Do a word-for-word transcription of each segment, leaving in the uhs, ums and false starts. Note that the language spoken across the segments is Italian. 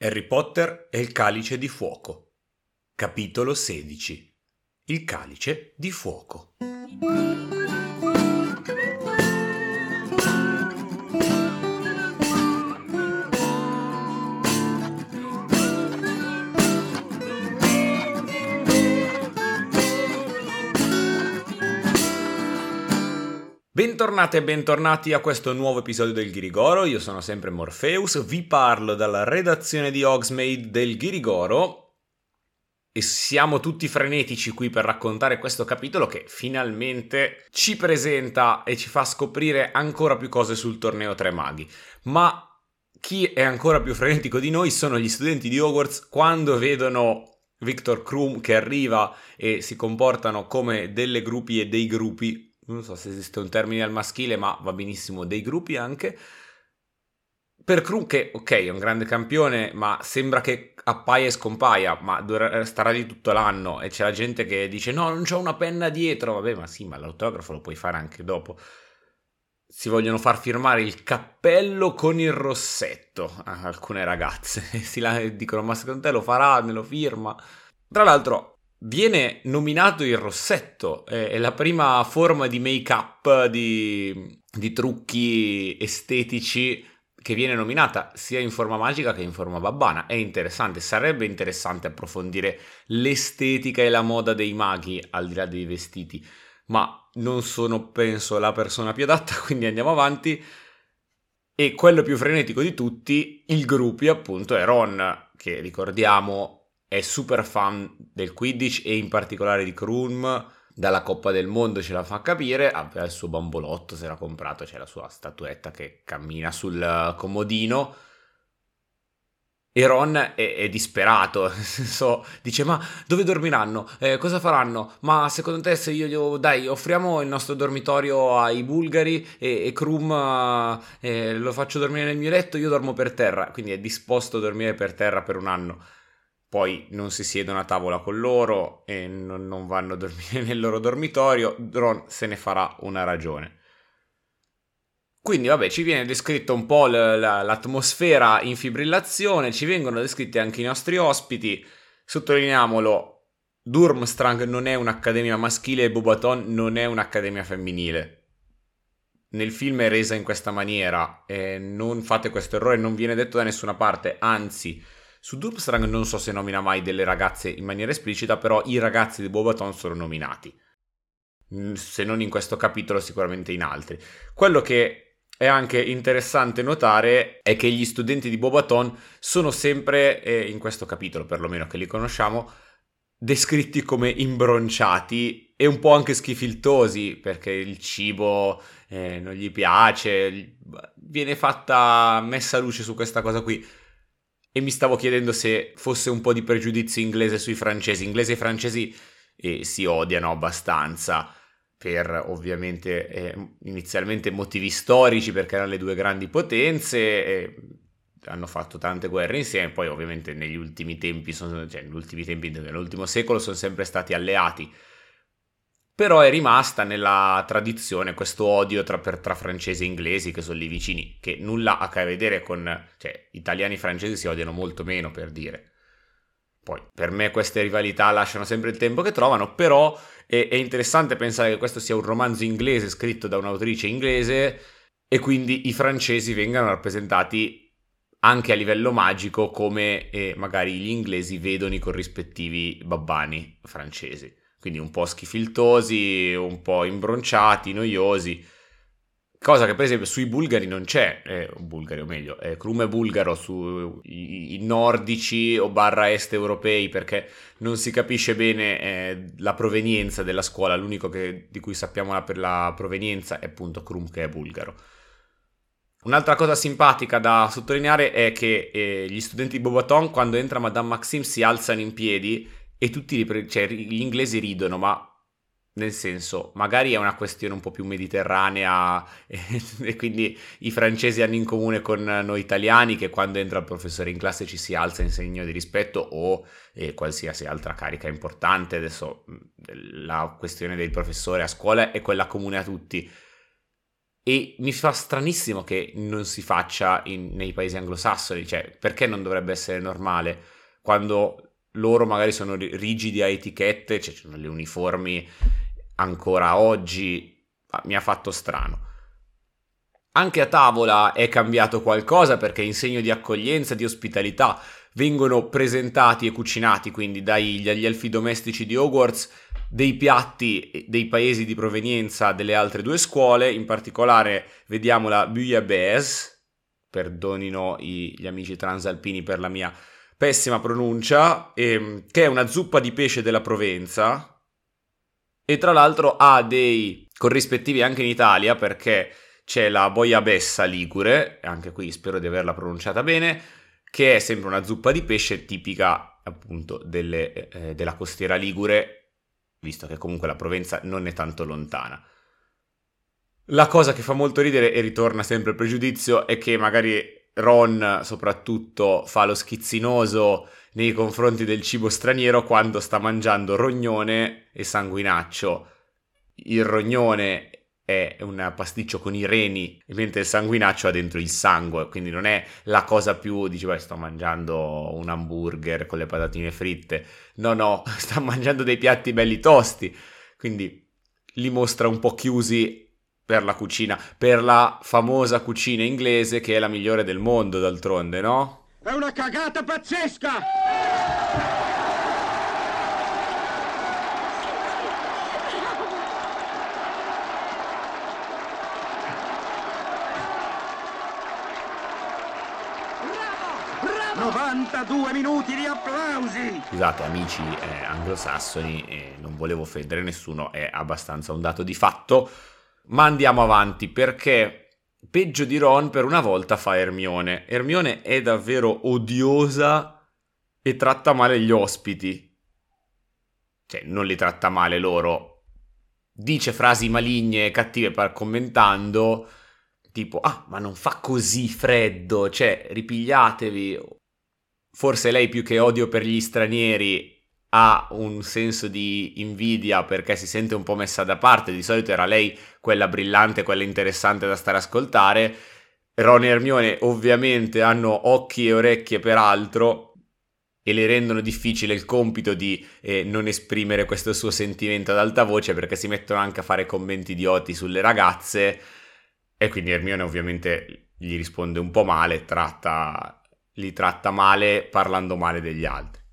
Harry Potter e il calice di fuoco. Capitolo sedici. Il calice di fuoco. Bentornate e bentornati a questo nuovo episodio del Ghirigoro. Io sono sempre Morpheus, vi parlo dalla redazione di Hogsmeade del Ghirigoro e siamo tutti frenetici qui per raccontare questo capitolo che finalmente ci presenta e ci fa scoprire ancora più cose sul torneo Tre Maghi. Ma chi è ancora più frenetico di noi sono gli studenti di Hogwarts quando vedono Viktor Krum che arriva e si comportano come delle gruppi e dei gruppi. Non so se esiste un termine al maschile, ma va benissimo, dei gruppi anche. Per Krum che, ok, è un grande campione, ma sembra che appaia e scompaia, ma starà lì tutto l'anno e c'è la gente che dice no, non c'ho una penna dietro. Vabbè, ma sì, ma l'autografo lo puoi fare anche dopo. Si vogliono far firmare il cappello con il rossetto a alcune ragazze. E si la dicono, ma secondo te lo farà, me lo firma? Tra l'altro viene nominato il rossetto, è la prima forma di make-up, di, di trucchi estetici che viene nominata sia in forma magica che in forma babbana. È interessante, sarebbe interessante approfondire l'estetica e la moda dei maghi al di là dei vestiti, ma non sono, penso, la persona più adatta, quindi andiamo avanti. E quello più frenetico di tutti, il gruppi appunto, è Ron, che ricordiamo è super fan del Quidditch e in particolare di Krum. Dalla Coppa del Mondo ce la fa capire, aveva il suo bambolotto, si era comprato, c'è la sua statuetta che cammina sul comodino. E Ron è, è disperato, nel senso, dice ma dove dormiranno? Eh, cosa faranno? Ma secondo te se io, io dai offriamo il nostro dormitorio ai bulgari e, e Krum eh, lo faccio dormire nel mio letto, io dormo per terra, quindi è disposto a dormire per terra per un anno. Poi non si siedono a tavola con loro e non, non vanno a dormire nel loro dormitorio. Ron se ne farà una ragione. Quindi vabbè, ci viene descritto un po' l- l- l'atmosfera in fibrillazione, ci vengono descritti anche i nostri ospiti. Sottolineiamolo, Durmstrang non è un'accademia maschile e Beauxbatons non è un'accademia femminile. Nel film è resa in questa maniera e non fate questo errore, non viene detto da nessuna parte, anzi su Durmstrang non so se nomina mai delle ragazze in maniera esplicita, però i ragazzi di Beauxbatons sono nominati. Se non in questo capitolo, sicuramente in altri. Quello che è anche interessante notare è che gli studenti di Beauxbatons sono sempre, eh, in questo capitolo perlomeno che li conosciamo, descritti come imbronciati e un po' anche schifiltosi, perché il cibo eh, non gli piace, viene fatta messa luce su questa cosa qui. E mi stavo chiedendo se fosse un po' di pregiudizio inglese sui francesi. Inglesi e francesi eh, si odiano abbastanza per ovviamente eh, inizialmente motivi storici, perché erano le due grandi potenze e hanno fatto tante guerre insieme. Poi ovviamente negli ultimi tempi, sono, cioè negli ultimi tempi, nell'ultimo secolo sono sempre stati alleati. Però è rimasta nella tradizione questo odio tra, per, tra francesi e inglesi, che sono lì vicini, che nulla ha a che vedere con... cioè, italiani e francesi si odiano molto meno, per dire. Poi, per me queste rivalità lasciano sempre il tempo che trovano, però è, è interessante pensare che questo sia un romanzo inglese scritto da un'autrice inglese e quindi i francesi vengano rappresentati anche a livello magico come eh, magari gli inglesi vedono i corrispettivi babbani francesi. Quindi un po' schifiltosi, un po' imbronciati, noiosi. Cosa che per esempio sui bulgari non c'è. Eh, bulgari o meglio, eh, Krum è bulgaro sui nordici o barra est europei, perché non si capisce bene eh, la provenienza della scuola. L'unico che, di cui sappiamo la, per la provenienza è appunto Krum, che è bulgaro. Un'altra cosa simpatica da sottolineare è che eh, gli studenti di Beauxbatons, quando entra Madame Maxime, si alzano in piedi e tutti li, cioè, gli inglesi ridono, ma nel senso, magari è una questione un po' più mediterranea e, e quindi i francesi hanno in comune con noi italiani che quando entra il professore in classe ci si alza in segno di rispetto o eh, qualsiasi altra carica importante. Adesso la questione del professore a scuola è quella comune a tutti. E mi fa stranissimo che non si faccia in, nei paesi anglosassoni, cioè perché non dovrebbe essere normale quando loro magari sono rigidi a etichette, cioè hanno le uniformi ancora oggi, mi ha fatto strano. Anche a tavola è cambiato qualcosa perché in segno di accoglienza, di ospitalità, vengono presentati e cucinati quindi dagli elfi domestici di Hogwarts dei piatti dei paesi di provenienza delle altre due scuole. In particolare vediamo la bouillabaisse, perdonino i, gli amici transalpini per la mia pessima pronuncia, ehm, che è una zuppa di pesce della Provenza, e tra l'altro ha dei corrispettivi anche in Italia perché c'è la bouillabaisse ligure, anche qui spero di averla pronunciata bene, che è sempre una zuppa di pesce tipica appunto delle, eh, della costiera ligure, visto che comunque la Provenza non è tanto lontana. La cosa che fa molto ridere, e ritorna sempre il pregiudizio, è che magari Ron soprattutto fa lo schizzinoso nei confronti del cibo straniero quando sta mangiando rognone e sanguinaccio. Il rognone è un pasticcio con i reni, mentre il sanguinaccio ha dentro il sangue, quindi non è la cosa più, dici, beh, sto mangiando un hamburger con le patatine fritte. No, no, sta mangiando dei piatti belli tosti, quindi li mostra un po' chiusi per la cucina, per la famosa cucina inglese che è la migliore del mondo, d'altronde, no? È una cagata pazzesca! novantadue minuti di applausi! Scusate amici eh, anglosassoni, eh, non volevo offendere nessuno, è abbastanza un dato di fatto, ma andiamo avanti perché peggio di Ron per una volta fa Hermione. Hermione è davvero odiosa e tratta male gli ospiti, cioè non li tratta male loro, dice frasi maligne e cattive per commentando, tipo ah ma non fa così freddo, cioè ripigliatevi. Forse lei più che odio per gli stranieri ha un senso di invidia perché si sente un po' messa da parte. Di solito era lei quella brillante, quella interessante da stare a ascoltare. Ron e Hermione ovviamente hanno occhi e orecchie per altro e le rendono difficile il compito di eh, non esprimere questo suo sentimento ad alta voce perché si mettono anche a fare commenti idioti sulle ragazze e quindi Hermione ovviamente gli risponde un po' male, tratta... li tratta male parlando male degli altri.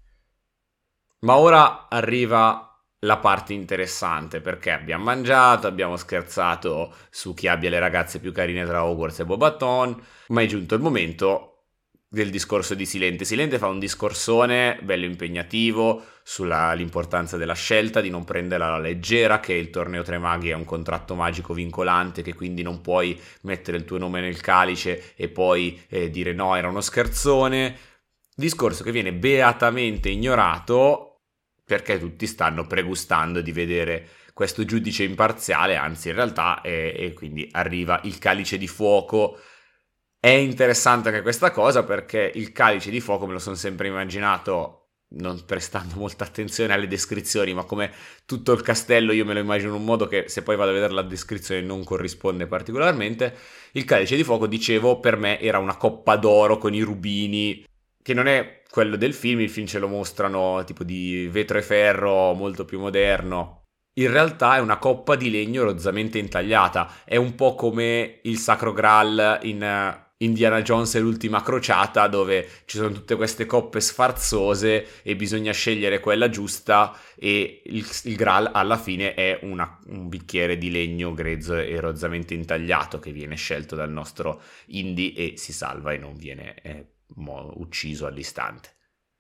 Ma ora arriva la parte interessante perché abbiamo mangiato, abbiamo scherzato su chi abbia le ragazze più carine tra Hogwarts e Beauxbatons, ma è giunto il momento del discorso di Silente. Silente fa un discorsone bello impegnativo sull'importanza della scelta, di non prenderla alla leggera, che il torneo Tre Maghi è un contratto magico vincolante, che quindi non puoi mettere il tuo nome nel calice e poi eh, dire no, era uno scherzone. Discorso che viene beatamente ignorato perché tutti stanno pregustando di vedere questo giudice imparziale, anzi in realtà è, e quindi arriva il calice di fuoco. È interessante anche questa cosa perché il calice di fuoco me lo sono sempre immaginato, non prestando molta attenzione alle descrizioni, ma come tutto il castello io me lo immagino in un modo che se poi vado a vedere la descrizione non corrisponde particolarmente. Il calice di fuoco, dicevo, per me era una coppa d'oro con i rubini, che non è quello del film, il film ce lo mostrano tipo di vetro e ferro molto più moderno. In realtà è una coppa di legno rozzamente intagliata, è un po' come il Sacro Graal in Indiana Jones e l'ultima crociata, dove ci sono tutte queste coppe sfarzose e bisogna scegliere quella giusta e il, il Graal alla fine è una, un bicchiere di legno grezzo e rozzamente intagliato che viene scelto dal nostro Indy e si salva e non viene eh, mo, ucciso all'istante.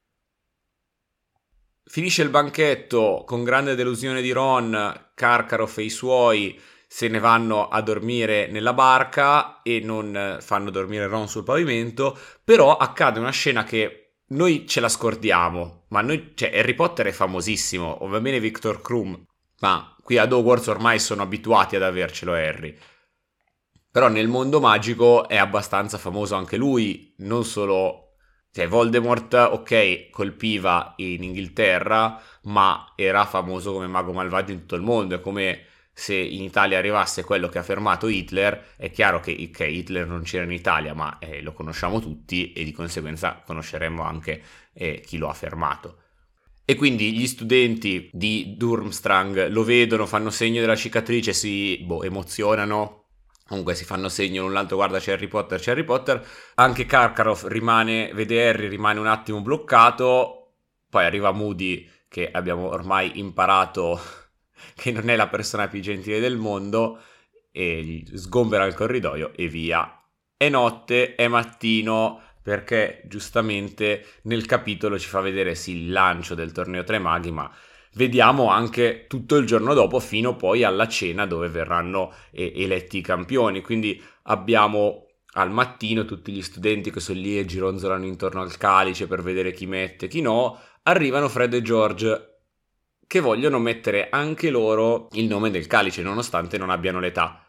Finisce il banchetto con grande delusione di Ron, Karkaroff e i suoi se ne vanno a dormire nella barca e non fanno dormire Ron sul pavimento, però accade una scena che noi ce la scordiamo, ma noi, cioè Harry Potter è famosissimo, va bene Victor Krum, ma qui ad Hogwarts ormai sono abituati ad avercelo Harry. Però nel mondo magico è abbastanza famoso anche lui, non solo... Cioè Voldemort, ok, colpiva in Inghilterra, ma era famoso come mago malvagio in tutto il mondo, è come se in Italia arrivasse quello che ha fermato Hitler, è chiaro che, che Hitler non c'era in Italia, ma eh, lo conosciamo tutti e di conseguenza conosceremmo anche eh, chi lo ha fermato. E quindi gli studenti di Durmstrang lo vedono, fanno segno della cicatrice, si boh, emozionano, comunque si fanno segno l'un l'altro, guarda c'è Harry Potter, c'è Harry Potter. Anche Karkaroff rimane, vede Harry, rimane un attimo bloccato, poi arriva Moody, che abbiamo ormai imparato che non è la persona più gentile del mondo, e gli sgombera il corridoio e via. È notte, è mattino, perché giustamente nel capitolo ci fa vedere sì il lancio del torneo Tre Maghi, ma vediamo anche tutto il giorno dopo fino poi alla cena dove verranno eh, eletti i campioni. Quindi abbiamo al mattino tutti gli studenti che sono lì e gironzolano intorno al calice per vedere chi mette e chi no. Arrivano Fred e George che vogliono mettere anche loro il nome del calice nonostante non abbiano l'età.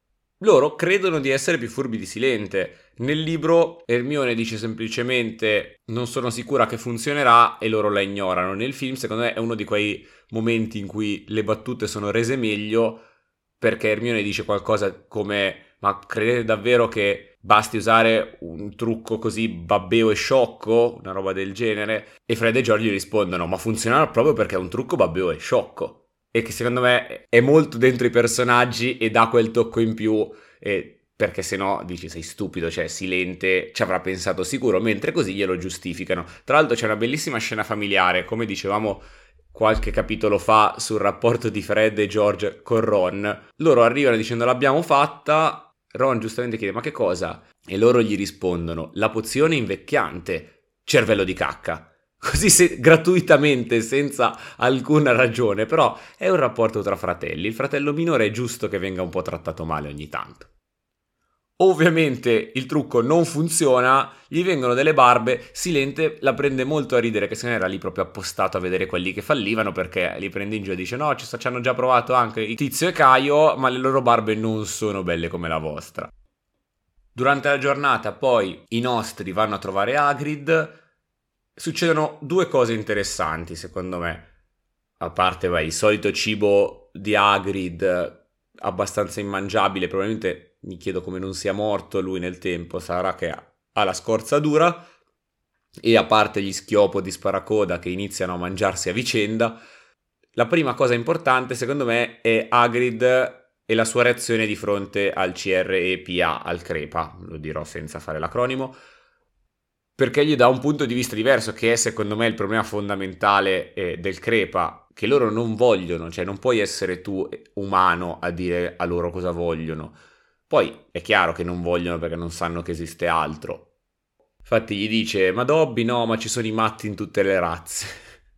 Loro credono di essere più furbi di Silente. Nel libro Hermione dice semplicemente non sono sicura che funzionerà e loro la ignorano. Nel film secondo me è uno di quei momenti in cui le battute sono rese meglio, perché Hermione dice qualcosa come ma credete davvero che basti usare un trucco così babbeo e sciocco? Una roba del genere. E Fred e George gli rispondono ma funzionerà proprio perché è un trucco babbeo e sciocco. E che secondo me è molto dentro i personaggi e dà quel tocco in più, eh, perché se no dici sei stupido, cioè Silente ci avrà pensato sicuro, mentre così glielo giustificano. Tra l'altro c'è una bellissima scena familiare, come dicevamo qualche capitolo fa sul rapporto di Fred e George con Ron. Loro arrivano dicendo l'abbiamo fatta, Ron giustamente chiede ma che cosa? E loro gli rispondono la pozione invecchiante, cervello di cacca. Così se, gratuitamente, senza alcuna ragione, però è un rapporto tra fratelli. Il fratello minore è giusto che venga un po' trattato male ogni tanto. Ovviamente il trucco non funziona, gli vengono delle barbe, Silente la prende molto a ridere, che se ne era lì proprio appostato a vedere quelli che fallivano, perché li prende in giro e dice no, ci, ci hanno già provato anche i Tizio e Caio, ma le loro barbe non sono belle come la vostra. Durante la giornata poi i nostri vanno a trovare Hagrid. Succedono due cose interessanti secondo me, a parte vai, il solito cibo di Hagrid abbastanza immangiabile, probabilmente mi chiedo come non sia morto lui nel tempo, sarà che ha la scorza dura, e a parte gli schiopodi sparacoda che iniziano a mangiarsi a vicenda. La prima cosa importante secondo me è Hagrid e la sua reazione di fronte al C R E P A, al Crepa, lo dirò senza fare l'acronimo, perché gli dà un punto di vista diverso, che è secondo me il problema fondamentale eh, del Crepa, che loro non vogliono, cioè non puoi essere tu umano a dire a loro cosa vogliono. Poi è chiaro che non vogliono perché non sanno che esiste altro. Infatti gli dice, ma Dobby no, ma ci sono i matti in tutte le razze.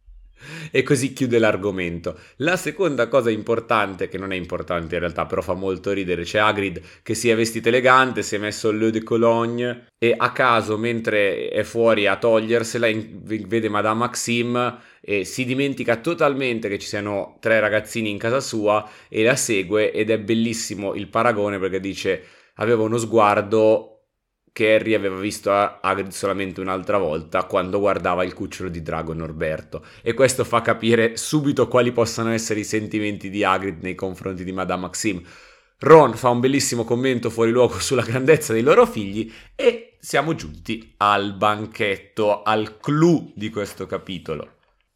E così chiude l'argomento. La seconda cosa importante, che non è importante in realtà, però fa molto ridere, c'è Hagrid che si è vestito elegante, si è messo l'eau de Cologne e a caso mentre è fuori a togliersela vede Madame Maxime e si dimentica totalmente che ci siano tre ragazzini in casa sua e la segue, ed è bellissimo il paragone perché dice aveva uno sguardo che Harry aveva visto a Hagrid solamente un'altra volta quando guardava il cucciolo di drago Norberto, e questo fa capire subito quali possano essere i sentimenti di Hagrid nei confronti di Madame Maxime. Ron fa un bellissimo commento fuori luogo sulla grandezza dei loro figli e siamo giunti al banchetto, al clou di questo capitolo.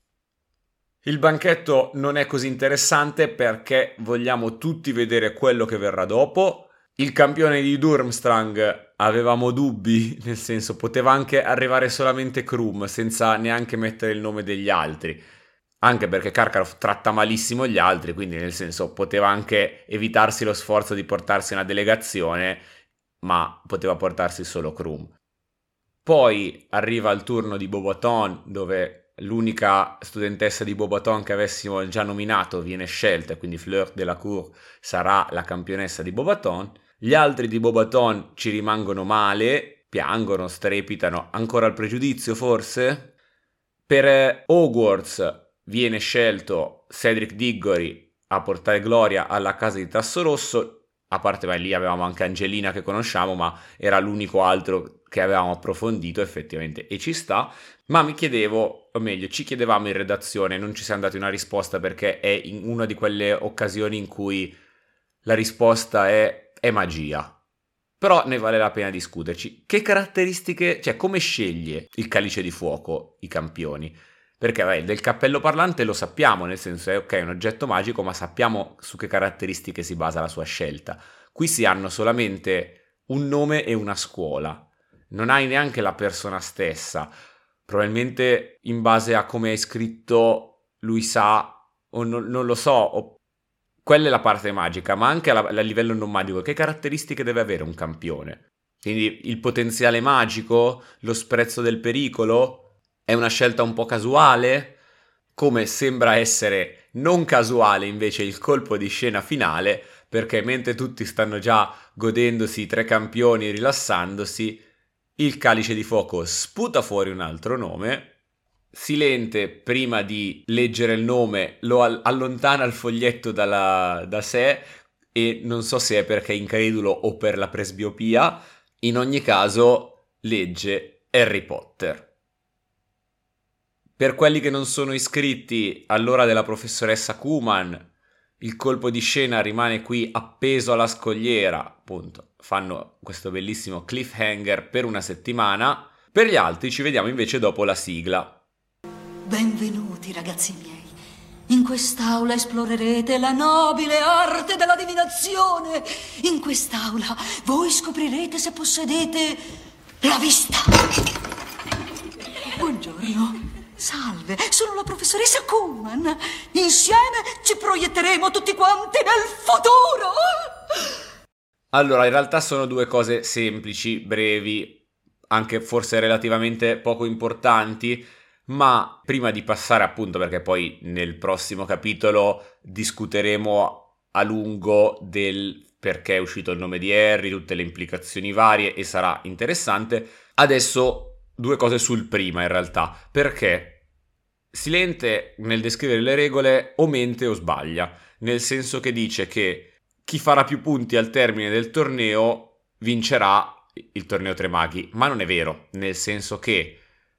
Il banchetto non è così interessante perché vogliamo tutti vedere quello che verrà dopo. Il campione di Durmstrang avevamo dubbi, nel senso poteva anche arrivare solamente Krum senza neanche mettere il nome degli altri, anche perché Karkaroff tratta malissimo gli altri, quindi nel senso poteva anche evitarsi lo sforzo di portarsi una delegazione, ma poteva portarsi solo Krum. Poi arriva il turno di Beauxbaton, dove l'unica studentessa di Beauxbaton che avessimo già nominato viene scelta, quindi Fleur Delacour sarà la campionessa di Beauxbaton. Gli altri di Beauxbaton ci rimangono male, piangono, strepitano, ancora il pregiudizio forse? Per Hogwarts viene scelto Cedric Diggory a portare gloria alla casa di Tasso Rosso, a parte beh, lì avevamo anche Angelina che conosciamo, ma era l'unico altro che avevamo approfondito effettivamente e ci sta. Ma mi chiedevo, o meglio ci chiedevamo in redazione, non ci siamo dati una risposta perché è in una di quelle occasioni in cui la risposta è, è magia. Però ne vale la pena discuterci. Che caratteristiche, cioè come sceglie il Calice di Fuoco i campioni? Perché vabbè, del cappello parlante lo sappiamo, nel senso è ok, è un oggetto magico, ma sappiamo su che caratteristiche si basa la sua scelta. Qui si hanno solamente un nome e una scuola. Non hai neanche la persona stessa. Probabilmente in base a come è scritto lui sa, o non, non lo so, o quella è la parte magica, ma anche a, a livello non magico, che caratteristiche deve avere un campione? Quindi il potenziale magico, lo sprezzo del pericolo, è una scelta un po' casuale? Come sembra essere non casuale invece il colpo di scena finale, perché mentre tutti stanno già godendosi i tre campioni e rilassandosi, il Calice di Fuoco sputa fuori un altro nome. Silente, prima di leggere il nome, lo allontana il foglietto dalla, da sé, e non so se è perché è incredulo o per la presbiopia. In ogni caso legge Harry Potter. Per quelli che non sono iscritti all'ora della professoressa Kuman, il colpo di scena rimane qui appeso alla scogliera, appunto, fanno questo bellissimo cliffhanger per una settimana. Per gli altri ci vediamo invece dopo la sigla. Benvenuti ragazzi miei, in quest'aula esplorerete la nobile arte della divinazione. In quest'aula voi scoprirete se possedete la vista. Buongiorno, salve, sono la professoressa Kuman. Insieme ci proietteremo tutti quanti nel futuro. Allora, in realtà sono due cose semplici, brevi, anche forse relativamente poco importanti. Ma prima di passare appunto, perché poi nel prossimo capitolo discuteremo a lungo del perché è uscito il nome di Harry, tutte le implicazioni varie e sarà interessante, adesso due cose sul prima in realtà, perché Silente nel descrivere le regole o mente o sbaglia, nel senso che dice che chi farà più punti al termine del torneo vincerà il torneo Tre Maghi, ma non è vero, nel senso che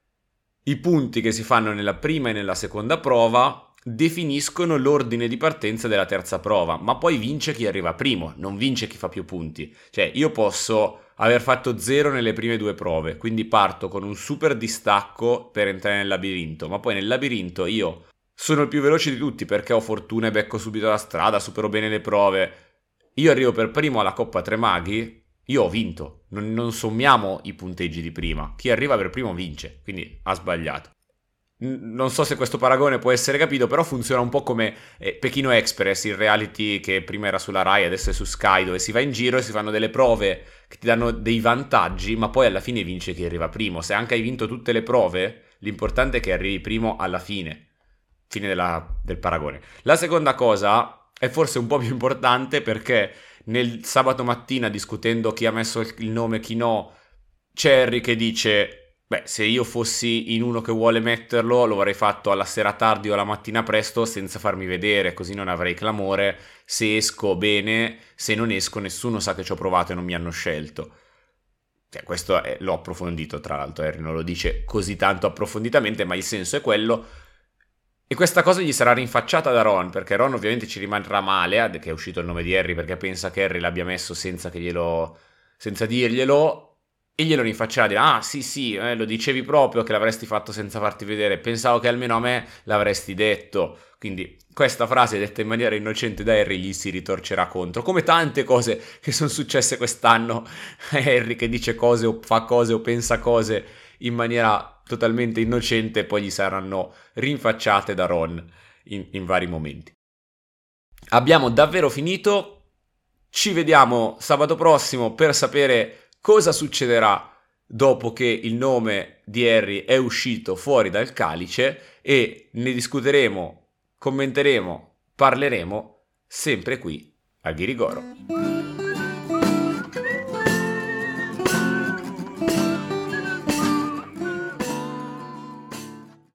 i punti che si fanno nella prima e nella seconda prova definiscono l'ordine di partenza della terza prova, ma poi vince chi arriva primo, non vince chi fa più punti. Cioè, io posso aver fatto zero nelle prime due prove, quindi parto con un super distacco per entrare nel labirinto, ma poi nel labirinto io sono il più veloce di tutti perché ho fortuna e becco subito la strada, supero bene le prove. Io arrivo per primo alla Coppa Tre Maghi, io ho vinto, non, non sommiamo i punteggi di prima, chi arriva per primo vince, quindi ha sbagliato. N- non so se questo paragone può essere capito, però funziona un po' come eh, Pechino Express, il reality che prima era sulla Rai, adesso è su Sky, dove si va in giro e si fanno delle prove che ti danno dei vantaggi, ma poi alla fine vince chi arriva primo. Se anche hai vinto tutte le prove, l'importante è che arrivi primo alla fine, fine della, del paragone. La seconda cosa è forse un po' più importante, perché nel sabato mattina, discutendo chi ha messo il nome e chi no, c'è Harry che dice: beh, se io fossi in uno che vuole metterlo, lo avrei fatto alla sera tardi o alla mattina presto senza farmi vedere, così non avrei clamore. Se esco, bene, se non esco nessuno sa che ci ho provato e non mi hanno scelto. Cioè, questo è, l'ho approfondito, tra l'altro Harry non lo dice così tanto approfonditamente, ma il senso è quello. E questa cosa gli sarà rinfacciata da Ron, perché Ron ovviamente ci rimarrà male che è uscito il nome di Harry, perché pensa che Harry l'abbia messo senza che glielo, senza dirglielo, e glielo rinfaccerà, dirà: ah sì sì, eh, lo dicevi proprio che l'avresti fatto senza farti vedere, pensavo che almeno a me l'avresti detto. Quindi questa frase detta in maniera innocente da Harry gli si ritorcerà contro, come tante cose che sono successe quest'anno. Harry che dice cose o fa cose o pensa cose in maniera totalmente innocente e poi gli saranno rinfacciate da Ron in, in vari momenti. Abbiamo davvero finito, ci vediamo sabato prossimo per sapere cosa succederà dopo che il nome di Harry è uscito fuori dal calice, e ne discuteremo, commenteremo, parleremo sempre qui a Ghirigoro.